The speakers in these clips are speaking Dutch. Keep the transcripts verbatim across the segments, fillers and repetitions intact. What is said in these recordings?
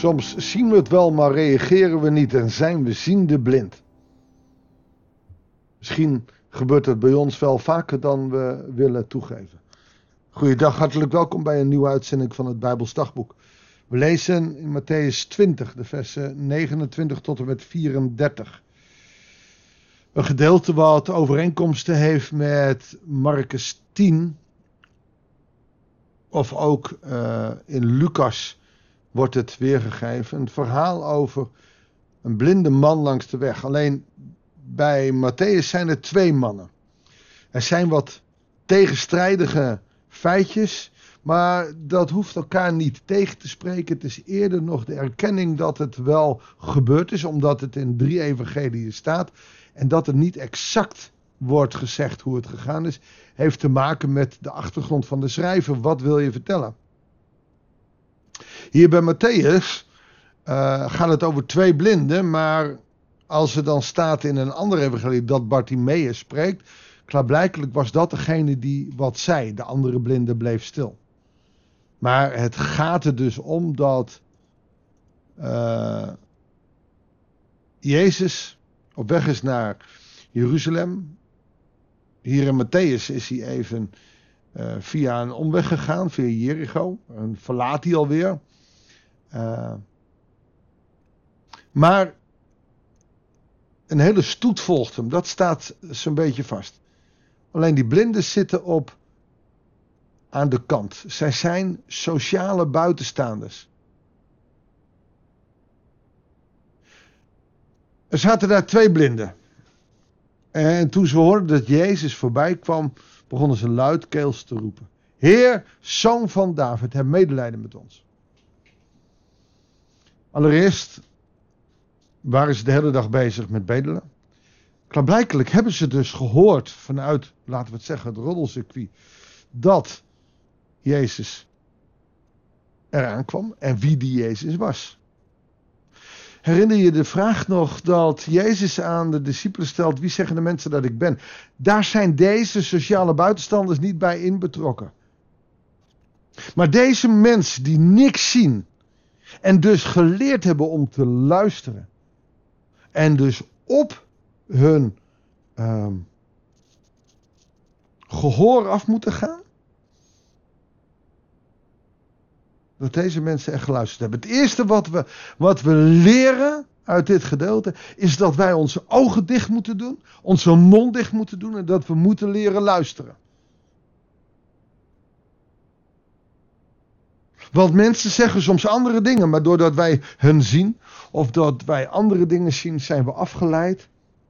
Soms zien we het wel, maar reageren we niet en zijn we ziende blind. Misschien gebeurt het bij ons wel vaker dan we willen toegeven. Goeiedag, hartelijk welkom bij een nieuwe uitzending van het Bijbels Dagboek. We lezen in Mattheüs twintig, de versen negenentwintig tot en met vierendertig. Een gedeelte wat overeenkomsten heeft met Marcus tien. Of ook uh, in Lucas wordt het weergegeven. Een verhaal over een blinde man langs de weg. Alleen bij Matthäus zijn er twee mannen. Er zijn wat tegenstrijdige feitjes, maar dat hoeft elkaar niet tegen te spreken. Het is eerder nog de erkenning dat het wel gebeurd is, omdat het in drie evangeliën staat. En dat er niet exact wordt gezegd hoe het gegaan is, heeft te maken met de achtergrond van de schrijver. Wat wil je vertellen? Hier bij Matthäus uh, gaat het over twee blinden, maar als er dan staat in een andere evangelie dat Bartimaeus spreekt, klaarblijkelijk was dat degene die wat zei. De andere blinde bleef stil. Maar het gaat er dus om dat uh, Jezus op weg is naar Jeruzalem. Hier in Matthäus is hij even uh, via een omweg gegaan, via Jericho. En verlaat hij alweer. Uh, maar een hele stoet volgt hem. Dat staat zo'n beetje vast. Alleen die blinden zitten op aan de kant. Zij zijn sociale buitenstaanders. Er zaten daar twee blinden. En toen ze hoorden dat Jezus voorbij kwam, begonnen ze luidkeels te roepen: Heer, Zoon van David, heb medelijden met ons. Allereerst waren ze de hele dag bezig met bedelen. Klaarblijkelijk hebben ze dus gehoord vanuit, laten we het zeggen, het roddelcircuit, dat Jezus eraan kwam en wie die Jezus was. Herinner je de vraag nog dat Jezus aan de discipelen stelt: wie zeggen de mensen dat ik ben? Daar zijn deze sociale buitenstanders niet bij in betrokken. Maar deze mensen die niks zien en dus geleerd hebben om te luisteren en dus op hun um, gehoor af moeten gaan, dat deze mensen echt geluisterd hebben. Het eerste wat we, wat we leren uit dit gedeelte is dat wij onze ogen dicht moeten doen, onze mond dicht moeten doen en dat we moeten leren luisteren. Want mensen zeggen soms andere dingen, maar doordat wij hun zien of dat wij andere dingen zien, zijn we afgeleid.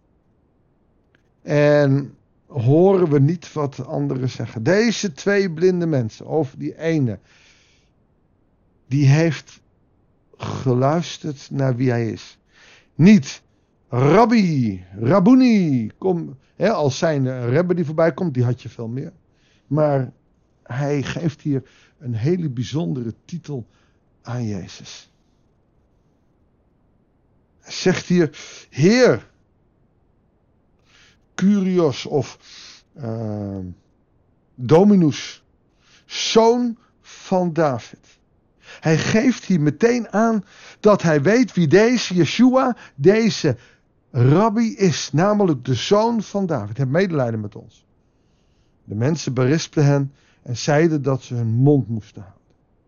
En horen we niet wat anderen zeggen. Deze twee blinde mensen, of die ene, die heeft geluisterd naar wie hij is. Niet Rabbi, Rabboni, kom, hè, als zijn een rabbi die voorbij komt, die had je veel meer. Maar hij geeft hier een hele bijzondere titel aan Jezus. Hij zegt hier: Heer, Kyrios of uh, Dominus, Zoon van David. Hij geeft hier meteen aan dat hij weet wie deze Yeshua, deze rabbi is, namelijk de Zoon van David. Heb medelijden met ons. De mensen berispten hen en zeiden dat ze hun mond moesten houden.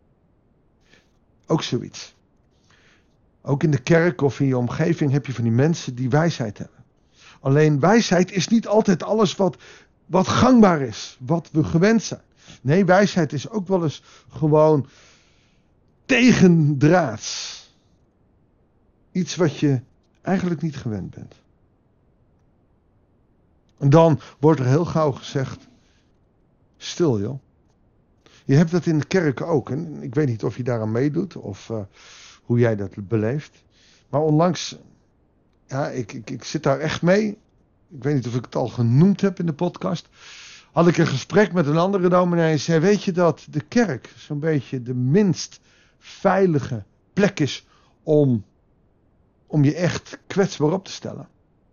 Ook zoiets. Ook in de kerk of in je omgeving heb je van die mensen die wijsheid hebben. Alleen wijsheid is niet altijd alles wat, wat gangbaar is, wat we gewend zijn. Nee, wijsheid is ook wel eens gewoon tegendraads. Iets wat je eigenlijk niet gewend bent. En dan wordt er heel gauw gezegd: stil joh. Je hebt dat in de kerk ook. En ik weet niet of je daaraan meedoet of uh, hoe jij dat beleeft. Maar onlangs, ja, ik, ik, ik zit daar echt mee. Ik weet niet of ik het al genoemd heb in de podcast. Had ik een gesprek met een andere dominee en zei: weet je dat de kerk zo'n beetje de minst veilige plek is om, om je echt kwetsbaar op te stellen?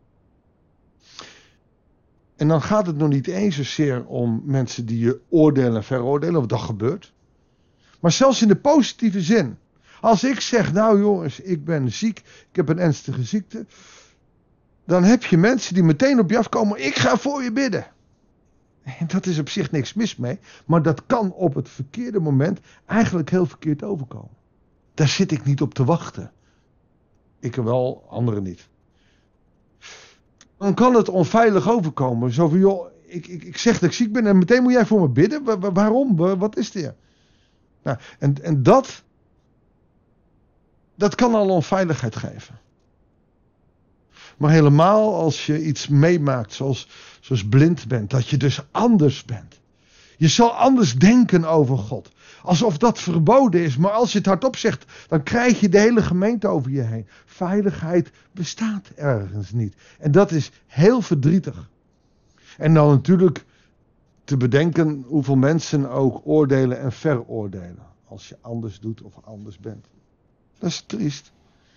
En dan gaat het nog niet eens zozeer om mensen die je oordelen en veroordelen, want dat gebeurt. Maar zelfs in de positieve zin. Als ik zeg, nou jongens, ik ben ziek, ik heb een ernstige ziekte. Dan heb je mensen die meteen op je afkomen, ik ga voor je bidden. En dat is op zich niks mis mee. Maar dat kan op het verkeerde moment eigenlijk heel verkeerd overkomen. Daar zit ik niet op te wachten. Ik er wel, anderen niet. Dan kan het onveilig overkomen. Zo van, joh, ik, ik, ik zeg dat ik ziek ben en meteen moet jij voor me bidden. Wa- wa- waarom? Wa- wat is dit? Nou, en, en dat, dat kan al onveiligheid geven. Maar helemaal als je iets meemaakt zoals, zoals blind bent. Dat je dus anders bent. Je zal anders denken over God. Alsof dat verboden is. Maar als je het hardop zegt, dan krijg je de hele gemeente over je heen. Veiligheid bestaat ergens niet. En dat is heel verdrietig. En dan natuurlijk te bedenken hoeveel mensen ook oordelen en veroordelen. Als je anders doet of anders bent. Dat is triest.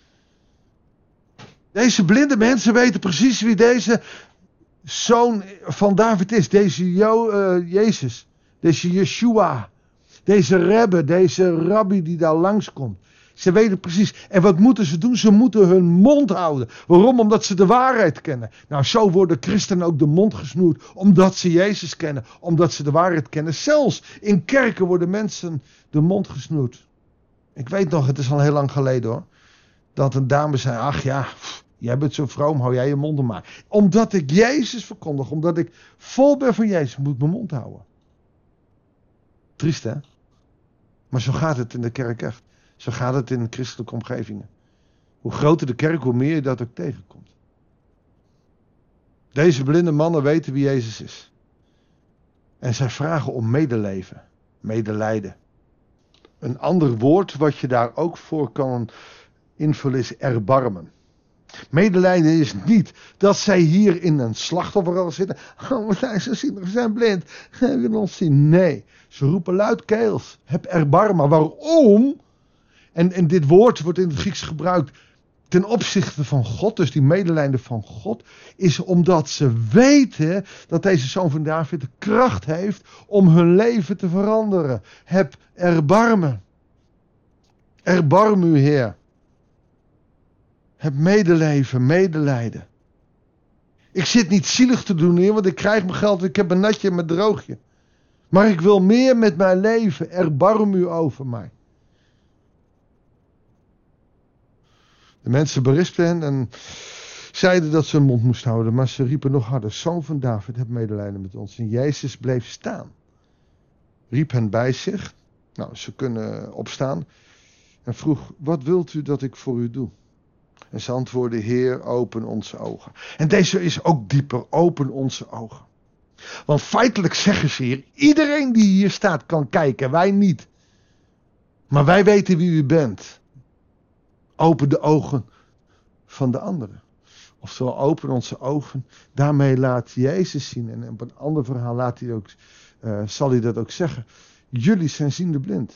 Deze blinde mensen weten precies wie deze zoon van David is. Deze jo, uh, Jezus. Deze Yeshua. Deze Rebbe. Deze rabbi die daar langskomt. Ze weten precies. En wat moeten ze doen? Ze moeten hun mond houden. Waarom? Omdat ze de waarheid kennen. Nou, zo worden christenen ook de mond gesnoerd. Omdat ze Jezus kennen. Omdat ze de waarheid kennen. Zelfs in kerken worden mensen de mond gesnoerd. Ik weet nog, het is al heel lang geleden hoor. Dat een dame zei, ach ja, pff, jij bent zo vroom, hou jij je mond maar. Omdat ik Jezus verkondig, omdat ik vol ben van Jezus, moet ik mijn mond houden. Triest hè? Maar zo gaat het in de kerk echt. Zo gaat het in christelijke omgevingen. Hoe groter de kerk, hoe meer je dat ook tegenkomt. Deze blinde mannen weten wie Jezus is. En zij vragen om medeleven, medelijden. Een ander woord wat je daar ook voor kan invullen is erbarmen. Medelijden is niet dat zij hier in een slachtofferrol zitten. Oh, we zijn zo zielig, we zijn blind. We willen ons zien. Nee, ze roepen luidkeels. Heb erbarmen. Waarom? En, en dit woord wordt in het Grieks gebruikt ten opzichte van God. Dus die medelijden van God is omdat ze weten dat deze zoon van David de kracht heeft om hun leven te veranderen. Heb erbarmen. Erbarm u, Heer. Heb medeleven, medelijden. Ik zit niet zielig te doen hier, want ik krijg mijn geld, ik heb een natje en mijn droogje. Maar ik wil meer met mijn leven. Erbarm u over mij. De mensen berispten hen en zeiden dat ze hun mond moesten houden. Maar ze riepen nog harder, zoon van David, heb medelijden met ons. En Jezus bleef staan. Riep hen bij zich. Nou, ze kunnen opstaan. En vroeg, wat wilt u dat ik voor u doe? En ze antwoordde, Heer, open onze ogen. En deze is ook dieper, open onze ogen. Want feitelijk zeggen ze hier, iedereen die hier staat kan kijken, wij niet. Maar wij weten wie u bent. Open de ogen van de anderen. Oftewel, open onze ogen. Daarmee laat Jezus zien. En op een ander verhaal laat hij ook, uh, zal hij dat ook zeggen. Jullie zijn ziende blind.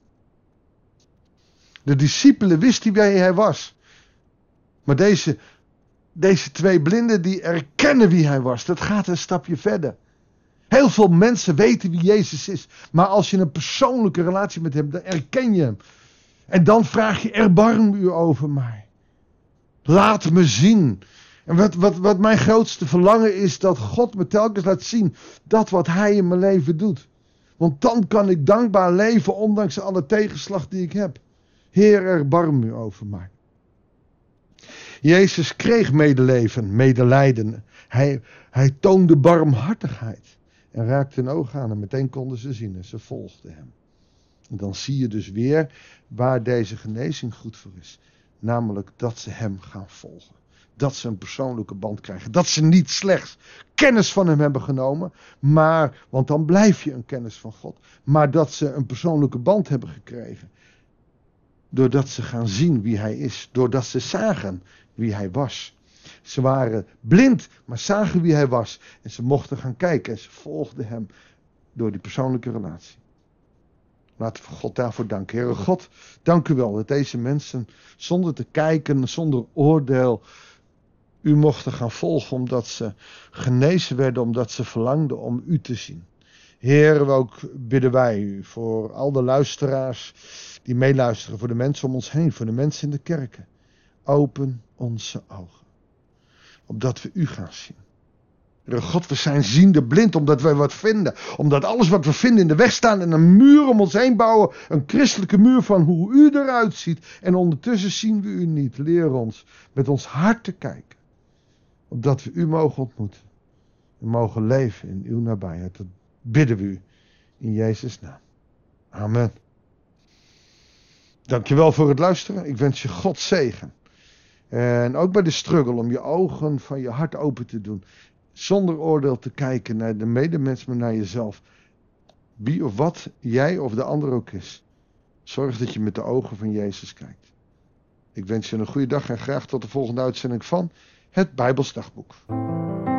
De discipelen wisten wie hij was. Maar deze, deze twee blinden die erkennen wie hij was. Dat gaat een stapje verder. Heel veel mensen weten wie Jezus is. Maar als je een persoonlijke relatie met hem, dan erken je hem. En dan vraag je, erbarm u over mij. Laat me zien. En wat, wat, wat mijn grootste verlangen is, dat God me telkens laat zien dat wat hij in mijn leven doet. Want dan kan ik dankbaar leven, ondanks alle tegenslag die ik heb. Heer, erbarm u over mij. Jezus kreeg medeleven, medelijden. Hij, hij toonde barmhartigheid. En raakte hun ogen aan en meteen konden ze zien en ze volgden hem. En dan zie je dus weer waar deze genezing goed voor is. Namelijk dat ze hem gaan volgen. Dat ze een persoonlijke band krijgen. Dat ze niet slechts kennis van hem hebben genomen. Maar, want dan blijf je een kennis van God. Maar dat ze een persoonlijke band hebben gekregen. Doordat ze gaan zien wie hij is. Doordat ze zagen wie hij was. Ze waren blind, maar zagen wie hij was. En ze mochten gaan kijken en ze volgden hem door die persoonlijke relatie. Laten we God daarvoor danken. Heere God, dank u wel dat deze mensen zonder te kijken, zonder oordeel, u mochten gaan volgen omdat ze genezen werden, omdat ze verlangden om u te zien. Heer, ook bidden wij u voor al de luisteraars die meeluisteren, voor de mensen om ons heen, voor de mensen in de kerken. Open onze ogen, opdat we u gaan zien. Heer God, we zijn ziende blind omdat wij wat vinden. Omdat alles wat we vinden in de weg staan en een muur om ons heen bouwen. Een christelijke muur van hoe u eruit ziet. En ondertussen zien we u niet. Leer ons met ons hart te kijken. Opdat we u mogen ontmoeten. En mogen leven in uw nabijheid. Dat bidden we u in Jezus' naam. Amen. Dankjewel voor het luisteren. Ik wens je God zegen. En ook bij de struggle om je ogen van je hart open te doen. Zonder oordeel te kijken naar de medemens, maar naar jezelf. Wie of wat jij of de ander ook is. Zorg dat je met de ogen van Jezus kijkt. Ik wens je een goede dag en graag tot de volgende uitzending van het Bijbels Dagboek.